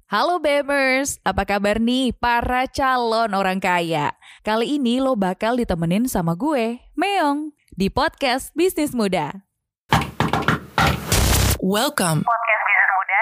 Halo Bemers, apa kabar nih para calon orang kaya? Kali ini lo bakal ditemenin sama gue, Meong, di podcast Bisnis Muda. Welcome. Podcast Bisnis Muda.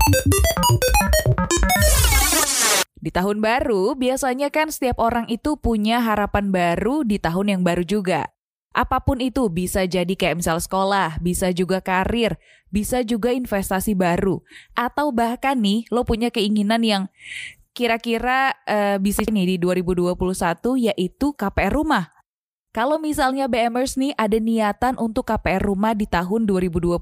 Di tahun baru, biasanya kan setiap orang itu punya harapan baru di tahun yang baru juga. Apapun itu, bisa jadi kayak misal sekolah, bisa juga karir, bisa juga investasi baru. Atau bahkan nih, lo punya keinginan yang kira-kira bisa nih di 2021 yaitu KPR rumah. Kalau misalnya BMers nih ada niatan untuk KPR rumah di tahun 2021,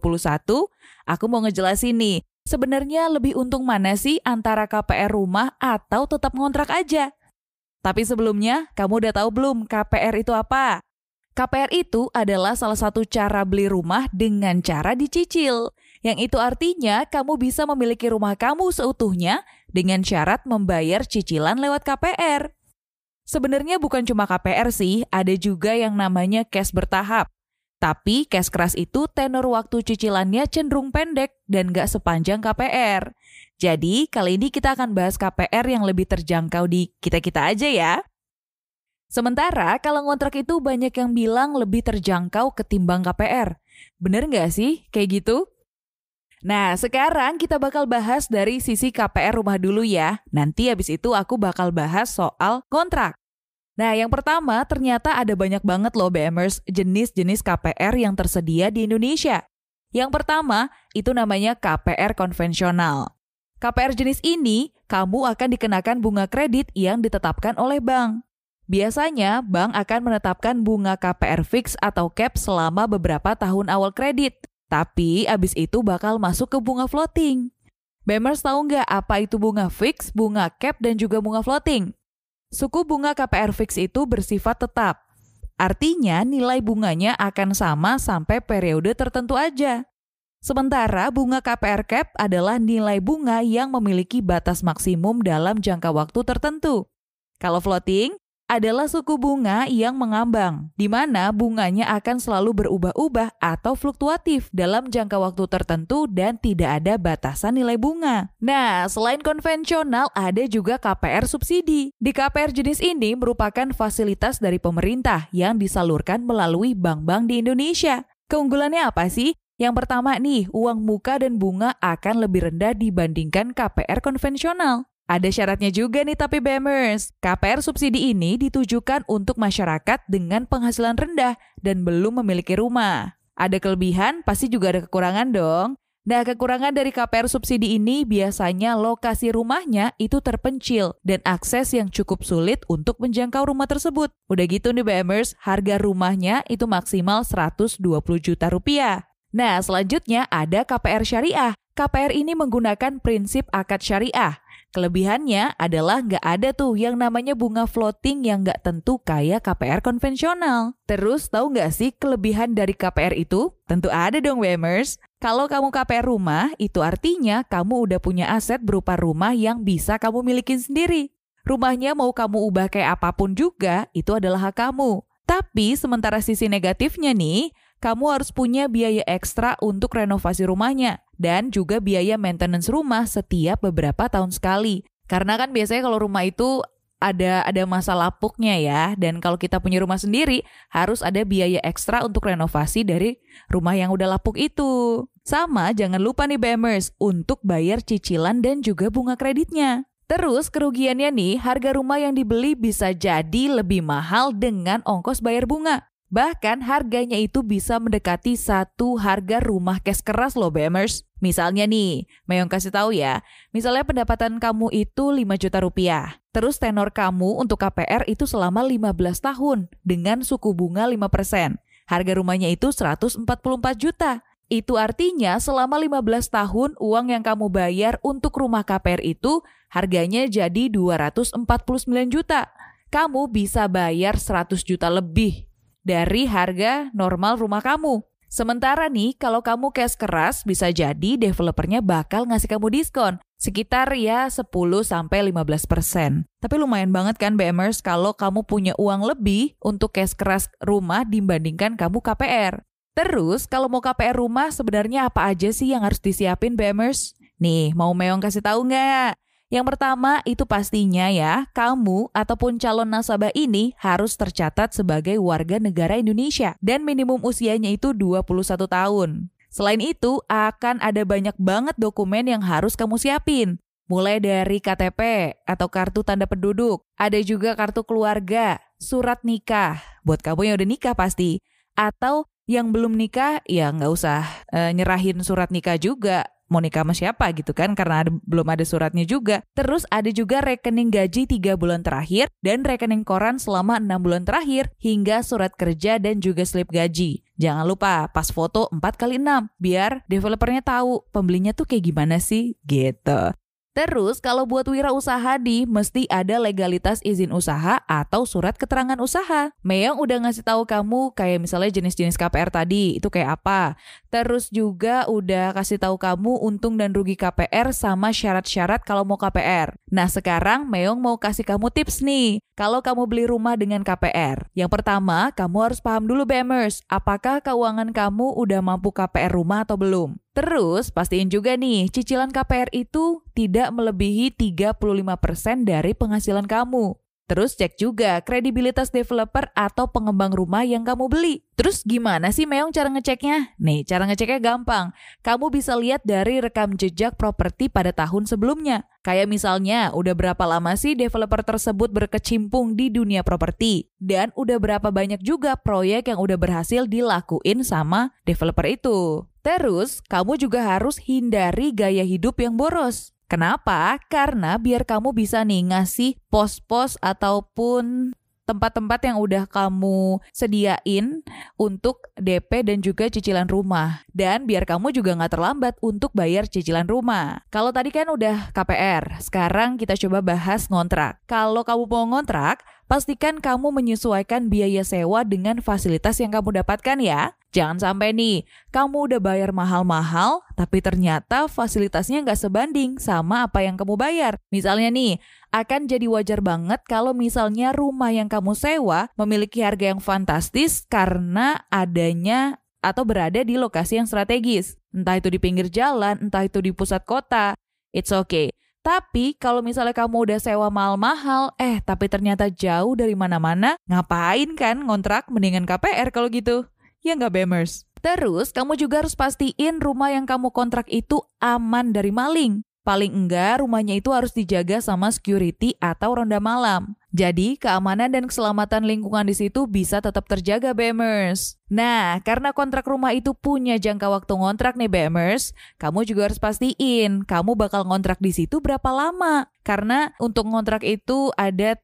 aku mau ngejelasin nih, sebenarnya lebih untung mana sih antara KPR rumah atau tetap ngontrak aja? Tapi sebelumnya, kamu udah tahu belum KPR itu apa? KPR itu adalah salah satu cara beli rumah dengan cara dicicil. Yang itu artinya kamu bisa memiliki rumah kamu seutuhnya dengan syarat membayar cicilan lewat KPR. Sebenarnya bukan cuma KPR sih, ada juga yang namanya cash bertahap. Tapi cash keras itu tenor waktu cicilannya cenderung pendek dan gak sepanjang KPR. Jadi kali ini kita akan bahas KPR yang lebih terjangkau di kita-kita aja ya. Sementara kalau ngontrak itu banyak yang bilang lebih terjangkau ketimbang KPR. Bener nggak sih kayak gitu? Nah sekarang kita bakal bahas dari sisi KPR rumah dulu ya. Nanti abis itu aku bakal bahas soal kontrak. Nah yang pertama ternyata ada banyak banget loh BMers jenis-jenis KPR yang tersedia di Indonesia. Yang pertama itu namanya KPR konvensional. KPR jenis ini kamu akan dikenakan bunga kredit yang ditetapkan oleh bank. Biasanya, bank akan menetapkan bunga KPR fix atau cap selama beberapa tahun awal kredit. Tapi, abis itu bakal masuk ke bunga floating. Bemers tahu nggak apa itu bunga fix, bunga cap, dan juga bunga floating? Suku bunga KPR fix itu bersifat tetap. Artinya, nilai bunganya akan sama sampai periode tertentu aja. Sementara bunga KPR cap adalah nilai bunga yang memiliki batas maksimum dalam jangka waktu tertentu. Kalau floating, adalah suku bunga yang mengambang, di mana bunganya akan selalu berubah-ubah atau fluktuatif dalam jangka waktu tertentu dan tidak ada batasan nilai bunga. Nah, selain konvensional, ada juga KPR subsidi. Di KPR jenis ini merupakan fasilitas dari pemerintah yang disalurkan melalui bank-bank di Indonesia. Keunggulannya apa sih? Yang pertama nih, uang muka dan bunga akan lebih rendah dibandingkan KPR konvensional. Ada syaratnya juga nih tapi BMers. KPR subsidi ini ditujukan untuk masyarakat dengan penghasilan rendah dan belum memiliki rumah. Ada kelebihan, pasti juga ada kekurangan dong. Nah, kekurangan dari KPR subsidi ini biasanya lokasi rumahnya itu terpencil dan akses yang cukup sulit untuk menjangkau rumah tersebut. Udah gitu nih BMers, harga rumahnya itu maksimal 120 juta rupiah. Nah, selanjutnya ada KPR syariah. KPR ini menggunakan prinsip akad syariah. Kelebihannya adalah nggak ada tuh yang namanya bunga floating yang nggak tentu kayak KPR konvensional. Terus tahu nggak sih kelebihan dari KPR itu? Tentu ada dong BMers. Kalau kamu KPR rumah, itu artinya kamu udah punya aset berupa rumah yang bisa kamu miliki sendiri. Rumahnya mau kamu ubah kayak apapun juga, itu adalah hak kamu. Tapi sementara sisi negatifnya nih, kamu harus punya biaya ekstra untuk renovasi rumahnya dan juga biaya maintenance rumah setiap beberapa tahun sekali. Karena kan biasanya kalau rumah itu ada masa lapuknya ya, dan kalau kita punya rumah sendiri harus ada biaya ekstra untuk renovasi dari rumah yang udah lapuk itu. Sama, jangan lupa nih BMers untuk bayar cicilan dan juga bunga kreditnya. Terus kerugiannya nih, harga rumah yang dibeli bisa jadi lebih mahal dengan ongkos bayar bunga. Bahkan harganya itu bisa mendekati satu harga rumah cash keras loh BMers. Misalnya nih, Meong kasih tahu ya, misalnya pendapatan kamu itu 5 juta rupiah. Terus tenor kamu untuk KPR itu selama 15 tahun dengan suku bunga 5%. Harga rumahnya itu 144 juta. Itu artinya selama 15 tahun uang yang kamu bayar untuk rumah KPR itu harganya jadi 249 juta. Kamu bisa bayar 100 juta lebih dari harga normal rumah kamu. Sementara nih, kalau kamu cash keras, bisa jadi developernya bakal ngasih kamu diskon. Sekitar ya 10-15%. Tapi lumayan banget kan BMers kalau kamu punya uang lebih untuk cash keras rumah dibandingkan kamu KPR. Terus, kalau mau KPR rumah sebenarnya apa aja sih yang harus disiapin BMers? Nih, mau Meong kasih tahu nggak? Yang pertama itu pastinya ya, kamu ataupun calon nasabah ini harus tercatat sebagai warga negara Indonesia dan minimum usianya itu 21 tahun. Selain itu, akan ada banyak banget dokumen yang harus kamu siapin. Mulai dari KTP atau kartu tanda penduduk, ada juga kartu keluarga, surat nikah, buat kamu yang udah nikah pasti. Atau yang belum nikah, ya nggak usah nyerahin surat nikah juga. Mau nikah sama siapa gitu kan, karena belum ada suratnya juga. Terus ada juga rekening gaji 3 bulan terakhir dan rekening koran selama 6 bulan terakhir hingga surat kerja dan juga slip gaji. Jangan lupa pas foto 4x6 biar developernya tahu pembelinya tuh kayak gimana sih gitu. Terus kalau buat wirausaha nih, mesti ada legalitas izin usaha atau surat keterangan usaha. Meong udah ngasih tahu kamu kayak misalnya jenis-jenis KPR tadi, itu kayak apa. Terus juga udah kasih tahu kamu untung dan rugi KPR sama syarat-syarat kalau mau KPR. Nah sekarang Meong mau kasih kamu tips nih, kalau kamu beli rumah dengan KPR. Yang pertama, kamu harus paham dulu BEMers, apakah keuangan kamu udah mampu KPR rumah atau belum. Terus, pastiin juga nih, cicilan KPR itu tidak melebihi 35% dari penghasilan kamu. Terus cek juga kredibilitas developer atau pengembang rumah yang kamu beli. Terus gimana sih Meong cara ngeceknya? Nih, cara ngeceknya gampang. Kamu bisa lihat dari rekam jejak properti pada tahun sebelumnya. Kayak misalnya, udah berapa lama sih developer tersebut berkecimpung di dunia properti? Dan udah berapa banyak juga proyek yang udah berhasil dilakuin sama developer itu. Terus, kamu juga harus hindari gaya hidup yang boros. Kenapa? Karena biar kamu bisa nih ngasih pos-pos ataupun tempat-tempat yang udah kamu sediain untuk DP dan juga cicilan rumah. Dan biar kamu juga nggak terlambat untuk bayar cicilan rumah. Kalau tadi kan udah KPR, sekarang kita coba bahas ngontrak. Kalau kamu mau ngontrak, pastikan kamu menyesuaikan biaya sewa dengan fasilitas yang kamu dapatkan ya. Jangan sampai nih, kamu udah bayar mahal-mahal, tapi ternyata fasilitasnya nggak sebanding sama apa yang kamu bayar. Misalnya nih, akan jadi wajar banget kalau misalnya rumah yang kamu sewa memiliki harga yang fantastis karena adanya atau berada di lokasi yang strategis. Entah itu di pinggir jalan, entah itu di pusat kota. It's okay. Tapi kalau misalnya kamu udah sewa mahal-mahal, tapi ternyata jauh dari mana-mana, ngapain kan ngontrak, mendingan KPR kalau gitu. Ya nggak BEMers? Terus kamu juga harus pastiin rumah yang kamu kontrak itu aman dari maling. Paling enggak rumahnya itu harus dijaga sama security atau ronda malam. Jadi keamanan dan keselamatan lingkungan di situ bisa tetap terjaga BEMers. Nah, karena kontrak rumah itu punya jangka waktu ngontrak nih BEMers, kamu juga harus pastiin kamu bakal ngontrak di situ berapa lama. Karena untuk ngontrak itu ada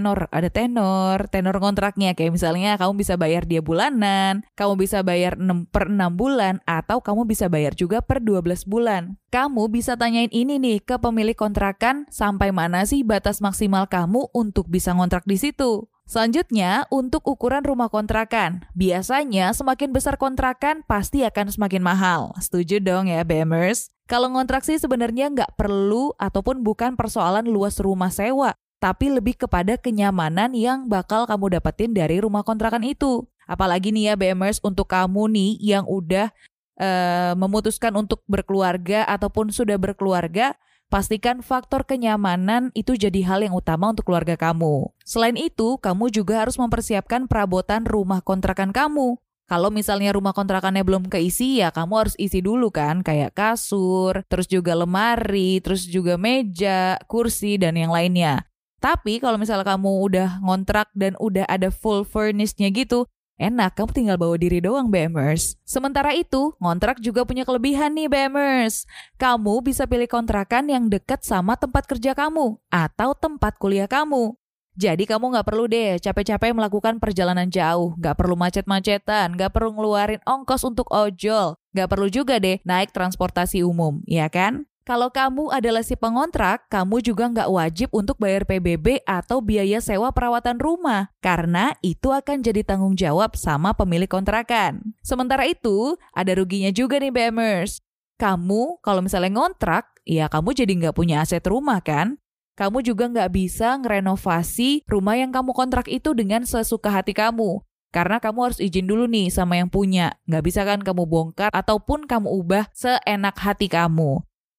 tenor kontraknya. Kayak misalnya kamu bisa bayar dia bulanan, kamu bisa bayar 6/6 bulan, atau kamu bisa bayar juga per 12 bulan. Kamu bisa tanyain ini nih ke pemilik kontrakan, sampai mana sih batas maksimal kamu untuk bisa ngontrak di situ. Selanjutnya, untuk ukuran rumah kontrakan. Biasanya semakin besar kontrakan pasti akan semakin mahal. Setuju dong ya BEMers? Kalau ngontrak sih sebenarnya nggak perlu ataupun bukan persoalan luas rumah sewa, tapi lebih kepada kenyamanan yang bakal kamu dapetin dari rumah kontrakan itu. Apalagi nih ya BEMers, untuk kamu nih yang udah memutuskan untuk berkeluarga ataupun sudah berkeluarga, pastikan faktor kenyamanan itu jadi hal yang utama untuk keluarga kamu. Selain itu, kamu juga harus mempersiapkan perabotan rumah kontrakan kamu. Kalau misalnya rumah kontrakannya belum keisi, ya kamu harus isi dulu kan, kayak kasur, terus juga lemari, terus juga meja, kursi, dan yang lainnya. Tapi kalau misalnya kamu udah ngontrak dan udah ada full furnished-nya gitu, enak, kamu tinggal bawa diri doang BEMers. Sementara itu, ngontrak juga punya kelebihan nih BEMers. Kamu bisa pilih kontrakan yang dekat sama tempat kerja kamu atau tempat kuliah kamu. Jadi kamu nggak perlu deh capek-capek melakukan perjalanan jauh, nggak perlu macet-macetan, nggak perlu ngeluarin ongkos untuk ojol, nggak perlu juga deh naik transportasi umum, ya kan? Kalau kamu adalah si pengontrak, kamu juga nggak wajib untuk bayar PBB atau biaya sewa perawatan rumah, karena itu akan jadi tanggung jawab sama pemilik kontrakan. Sementara itu, ada ruginya juga nih BEMers. Kamu kalau misalnya ngontrak, ya kamu jadi nggak punya aset rumah kan? Kamu juga nggak bisa ngerenovasi rumah yang kamu kontrak itu dengan sesuka hati kamu. Karena kamu harus izin dulu nih sama yang punya. Nggak bisa kan kamu bongkar ataupun kamu ubah seenak hati kamu.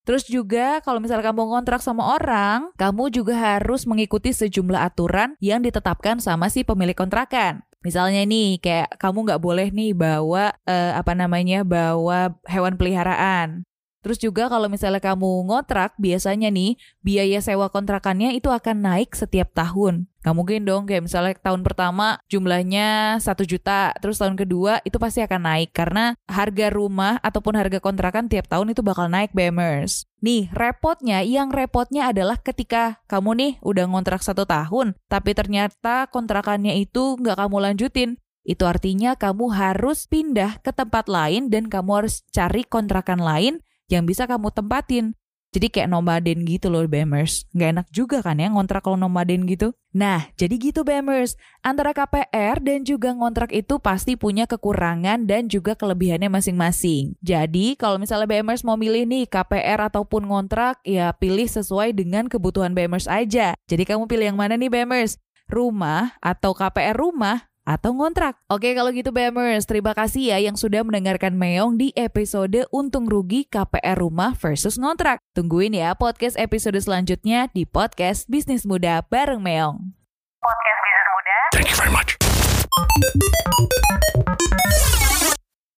Terus juga kalau misalnya kamu ngontrak sama orang, kamu juga harus mengikuti sejumlah aturan yang ditetapkan sama si pemilik kontrakan. Misalnya nih, kayak kamu nggak boleh nih bawa bawa hewan peliharaan. Terus juga kalau misalnya kamu ngontrak, biasanya nih biaya sewa kontrakannya itu akan naik setiap tahun. Gak mungkin dong kayak misalnya tahun pertama jumlahnya 1 juta, terus tahun kedua itu pasti akan naik karena harga rumah ataupun harga kontrakan tiap tahun itu bakal naik, BMers. Nih, yang repotnya adalah ketika kamu nih udah ngontrak 1 tahun, tapi ternyata kontrakannya itu nggak kamu lanjutin. Itu artinya kamu harus pindah ke tempat lain dan kamu harus cari kontrakan lain yang bisa kamu tempatin. Jadi kayak nomaden gitu loh, BMers. Nggak enak juga kan ya ngontrak kalau nomaden gitu. Nah, jadi gitu, BMers. Antara KPR dan juga ngontrak itu pasti punya kekurangan dan juga kelebihannya masing-masing. Jadi kalau misalnya BMers mau milih nih KPR ataupun ngontrak, ya pilih sesuai dengan kebutuhan BMers aja. Jadi kamu pilih yang mana nih, BMers? Rumah atau KPR rumah? Atau ngontrak. Oke, kalau gitu BMers, terima kasih ya yang sudah mendengarkan Meong di episode Untung Rugi KPR Rumah versus Ngontrak. Tungguin ya podcast episode selanjutnya di podcast Bisnis Muda bareng Meong. Podcast Bisnis Muda. Thank you very much.